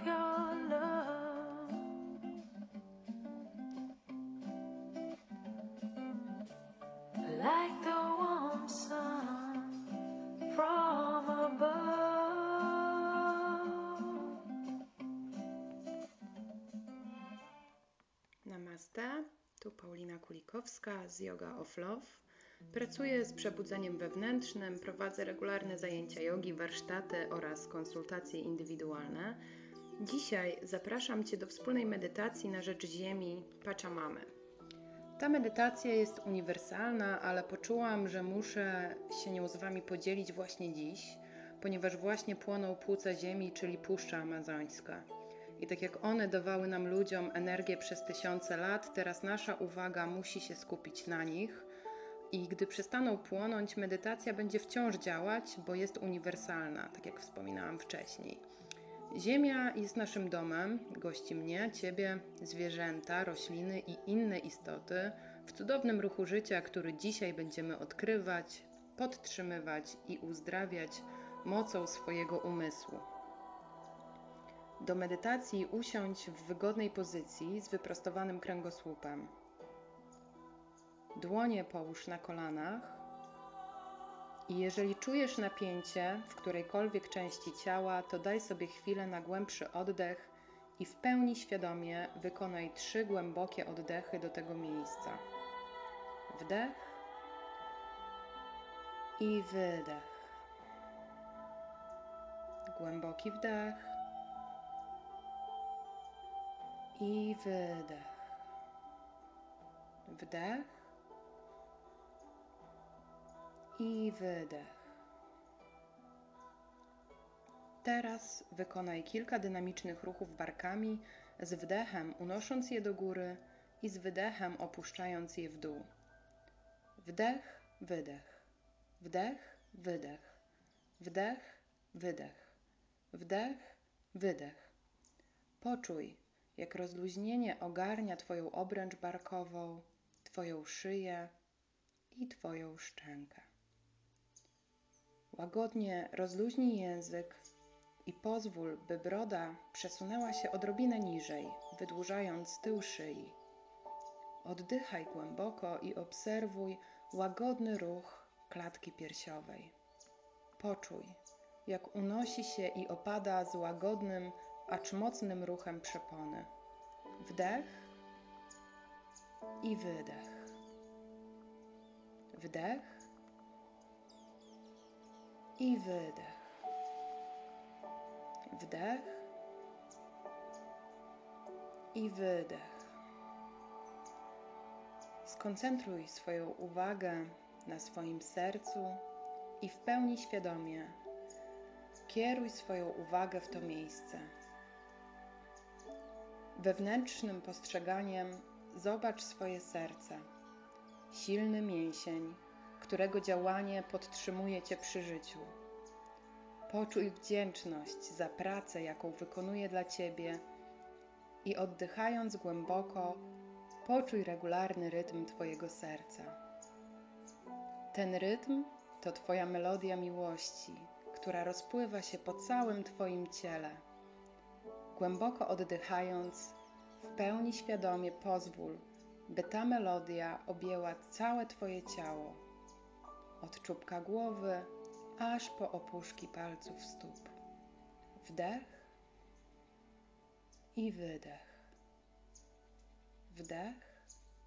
like your love. Like the warm sun from above. Namaste, tu Paulina Kulikowska z Yoga of Love. Pracuję z przebudzeniem wewnętrznym, prowadzę regularne zajęcia jogi, warsztaty oraz konsultacje indywidualne. Dzisiaj zapraszam Cię do wspólnej medytacji na rzecz Ziemi Pachamamy. Ta medytacja jest uniwersalna, ale poczułam, że muszę się nią z Wami podzielić właśnie dziś, ponieważ właśnie płoną płuca Ziemi, czyli Puszcza Amazońska. I tak jak one dawały nam ludziom energię przez tysiące lat, teraz nasza uwaga musi się skupić na nich. I gdy przestaną płonąć, medytacja będzie wciąż działać, bo jest uniwersalna, tak jak wspominałam wcześniej. Ziemia jest naszym domem, gości mnie, Ciebie, zwierzęta, rośliny i inne istoty w cudownym ruchu życia, który dzisiaj będziemy odkrywać, podtrzymywać i uzdrawiać mocą swojego umysłu. Do medytacji usiądź w wygodnej pozycji z wyprostowanym kręgosłupem. Dłonie połóż na kolanach i jeżeli czujesz napięcie w którejkolwiek części ciała, to daj sobie chwilę na głębszy oddech i w pełni świadomie wykonaj 3 głębokie oddechy do tego miejsca. Wdech i wydech. Głęboki wdech i wydech. Wdech i wydech. Teraz wykonaj kilka dynamicznych ruchów barkami, z wdechem unosząc je do góry i z wydechem opuszczając je w dół. Wdech, wydech. Wdech, wydech. Wdech, wydech. Wdech, wydech. Poczuj, jak rozluźnienie ogarnia Twoją obręcz barkową, Twoją szyję i Twoją szczękę. Łagodnie rozluźnij język i pozwól, by broda przesunęła się odrobinę niżej, wydłużając tył szyi. Oddychaj głęboko i obserwuj łagodny ruch klatki piersiowej. Poczuj, jak unosi się i opada z łagodnym, acz mocnym ruchem przepony. Wdech i wydech. Wdech i wydech. Wdech i wydech. Skoncentruj swoją uwagę na swoim sercu i w pełni świadomie kieruj swoją uwagę w to miejsce. Wewnętrznym postrzeganiem zobacz swoje serce. Silny mięsień, którego działanie podtrzymuje Cię przy życiu. Poczuj wdzięczność za pracę, jaką wykonuje dla Ciebie i oddychając głęboko, poczuj regularny rytm Twojego serca. Ten rytm to Twoja melodia miłości, która rozpływa się po całym Twoim ciele. Głęboko oddychając, w pełni świadomie pozwól, by ta melodia objęła całe Twoje ciało, od czubka głowy aż po opuszki palców stóp. Wdech i wydech. Wdech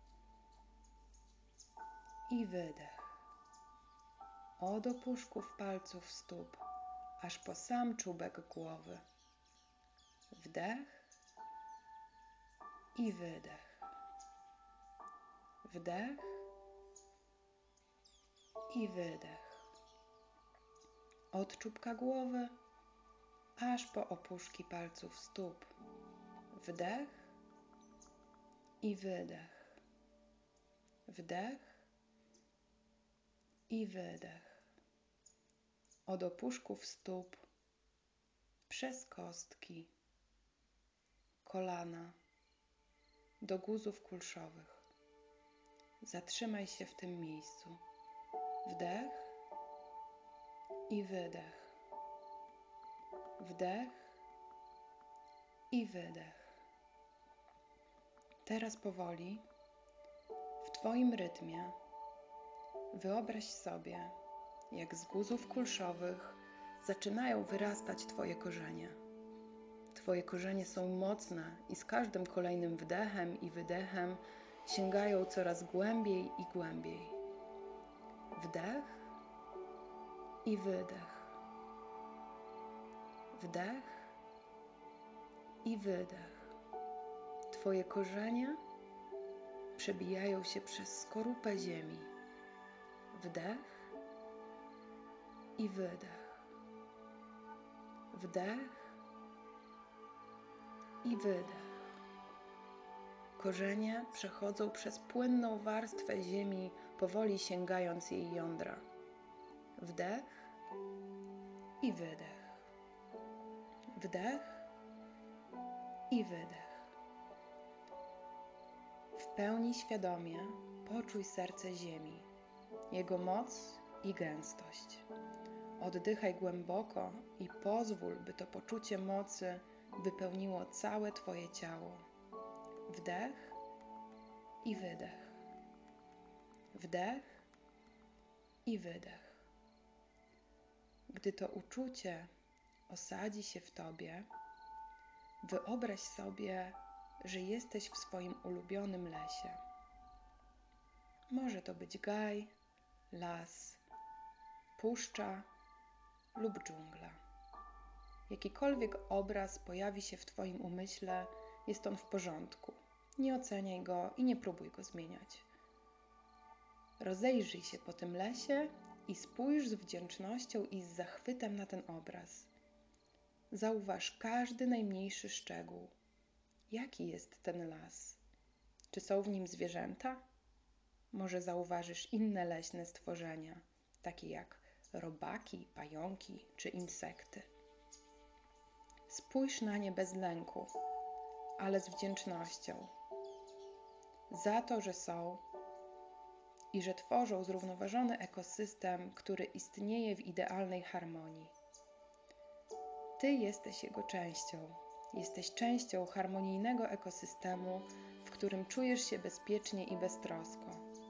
i wydech. Od opuszków palców stóp aż po sam czubek głowy. Wdech i wydech. Wdech i wydech. Od czubka głowy aż po opuszki palców stóp. Wdech i wydech. Wdech i wydech. Od opuszków stóp przez kostki, kolana do guzów kulszowych. Zatrzymaj się w tym miejscu. Wdech i wydech. Wdech i wydech. Teraz powoli, w Twoim rytmie, wyobraź sobie, jak z guzów kulszowych zaczynają wyrastać Twoje korzenie. Twoje korzenie są mocne i z każdym kolejnym wdechem i wydechem sięgają coraz głębiej i głębiej. Wdech i wydech. Wdech i wydech. Twoje korzenie przebijają się przez skorupę ziemi. Wdech i wydech. Wdech i wydech. Korzenie przechodzą przez płynną warstwę ziemi, powoli sięgając jej jądra. Wdech i wydech. Wdech i wydech. W pełni świadomie poczuj serce ziemi, jego moc i gęstość. Oddychaj głęboko i pozwól, by to poczucie mocy wypełniło całe Twoje ciało. Wdech i wydech. Wdech i wydech. Gdy to uczucie osadzi się w Tobie, wyobraź sobie, że jesteś w swoim ulubionym lesie. Może to być gaj, las, puszcza lub dżungla. Jakikolwiek obraz pojawi się w Twoim umyśle, jest on w porządku. Nie oceniaj go i nie próbuj go zmieniać. Rozejrzyj się po tym lesie i spójrz z wdzięcznością i z zachwytem na ten obraz. Zauważ każdy najmniejszy szczegół. Jaki jest ten las? Czy są w nim zwierzęta? Może zauważysz inne leśne stworzenia, takie jak robaki, pająki czy insekty. Spójrz na nie bez lęku, ale z wdzięcznością za to, że są i że tworzą zrównoważony ekosystem, który istnieje w idealnej harmonii. Ty jesteś jego częścią. Jesteś częścią harmonijnego ekosystemu, w którym czujesz się bezpiecznie i beztrosko.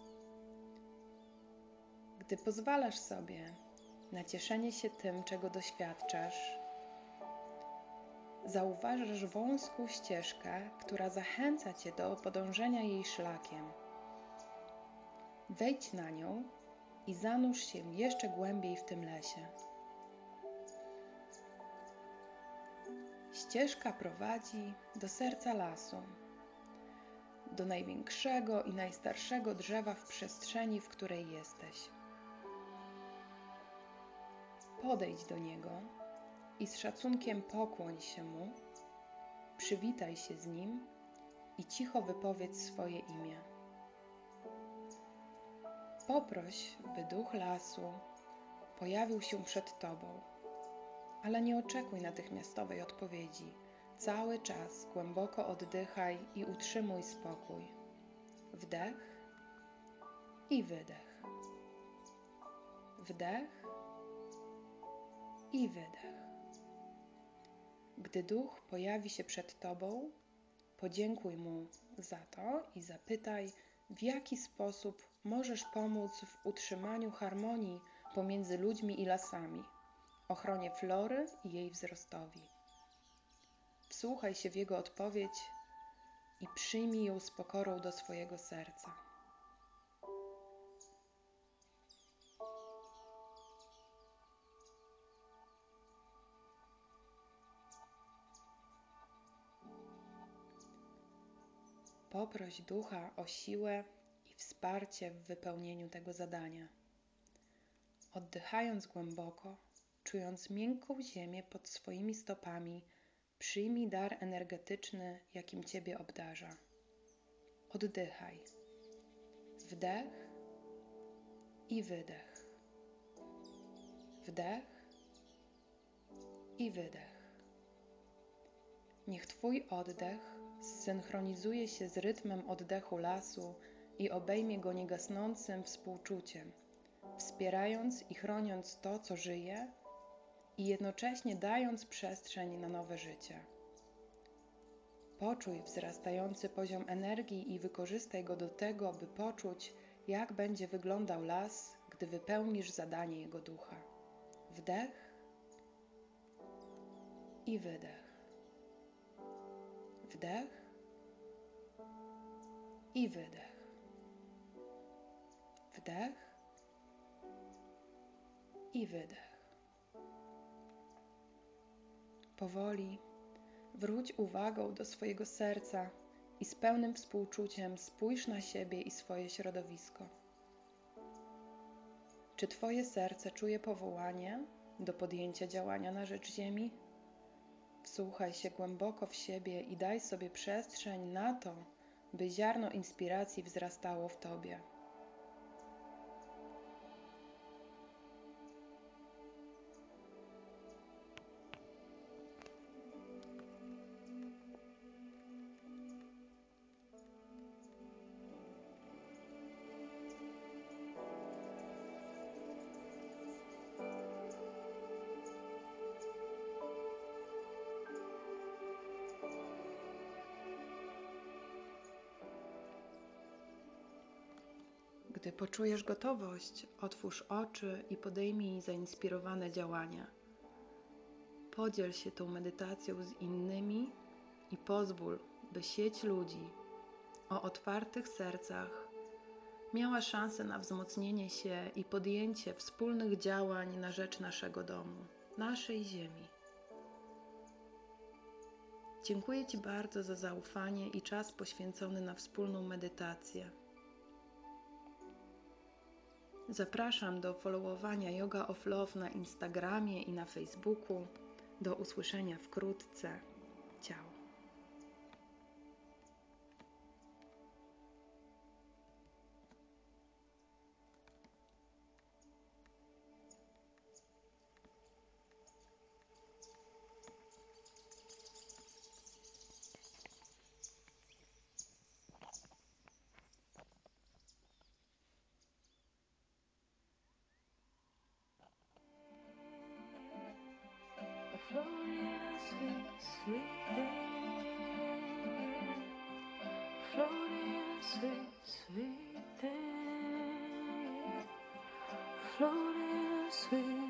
Gdy pozwalasz sobie na cieszenie się tym, czego doświadczasz, zauważasz wąską ścieżkę, która zachęca Cię do podążenia jej szlakiem. Wejdź na nią i zanurz się jeszcze głębiej w tym lesie. Ścieżka prowadzi do serca lasu, do największego i najstarszego drzewa w przestrzeni, w której jesteś. Podejdź do niego i z szacunkiem pokłoń się mu, przywitaj się z nim i cicho wypowiedz swoje imię. Poproś, by duch lasu pojawił się przed Tobą, ale nie oczekuj natychmiastowej odpowiedzi. Cały czas głęboko oddychaj i utrzymuj spokój. Wdech i wydech. Wdech i wydech. Gdy duch pojawi się przed Tobą, podziękuj mu za to i zapytaj, w jaki sposób możesz pomóc w utrzymaniu harmonii pomiędzy ludźmi i lasami, ochronie flory i jej wzrostowi. Wsłuchaj się w jego odpowiedź i przyjmij ją z pokorą do swojego serca. Poproś ducha o siłę i wsparcie w wypełnieniu tego zadania. Oddychając głęboko, czując miękką ziemię pod swoimi stopami, przyjmij dar energetyczny, jakim Ciebie obdarza. Oddychaj. Wdech i wydech. Wdech i wydech. Niech Twój oddech zsynchronizuje się z rytmem oddechu lasu i obejmie go niegasnącym współczuciem, wspierając i chroniąc to, co żyje i jednocześnie dając przestrzeń na nowe życie. Poczuj wzrastający poziom energii i wykorzystaj go do tego, by poczuć, jak będzie wyglądał las, gdy wypełnisz zadanie jego ducha. Wdech i wydech. Wdech i wydech. Wdech i wydech. Powoli wróć uwagą do swojego serca i z pełnym współczuciem spójrz na siebie i swoje środowisko. Czy Twoje serce czuje powołanie do podjęcia działania na rzecz Ziemi? Wsłuchaj się głęboko w siebie i daj sobie przestrzeń na to, by ziarno inspiracji wzrastało w Tobie. Gdy poczujesz gotowość, otwórz oczy i podejmij zainspirowane działania. Podziel się tą medytacją z innymi i pozwól, by sieć ludzi o otwartych sercach miała szansę na wzmocnienie się i podjęcie wspólnych działań na rzecz naszego domu, naszej ziemi. Dziękuję Ci bardzo za zaufanie i czas poświęcony na wspólną medytację. Zapraszam do followowania Yoga of Love na Instagramie i na Facebooku. Do usłyszenia wkrótce. Ciao. Floating in a sweet, sweet thing. Floating in a sweet, sweet thing. Floating in a sweet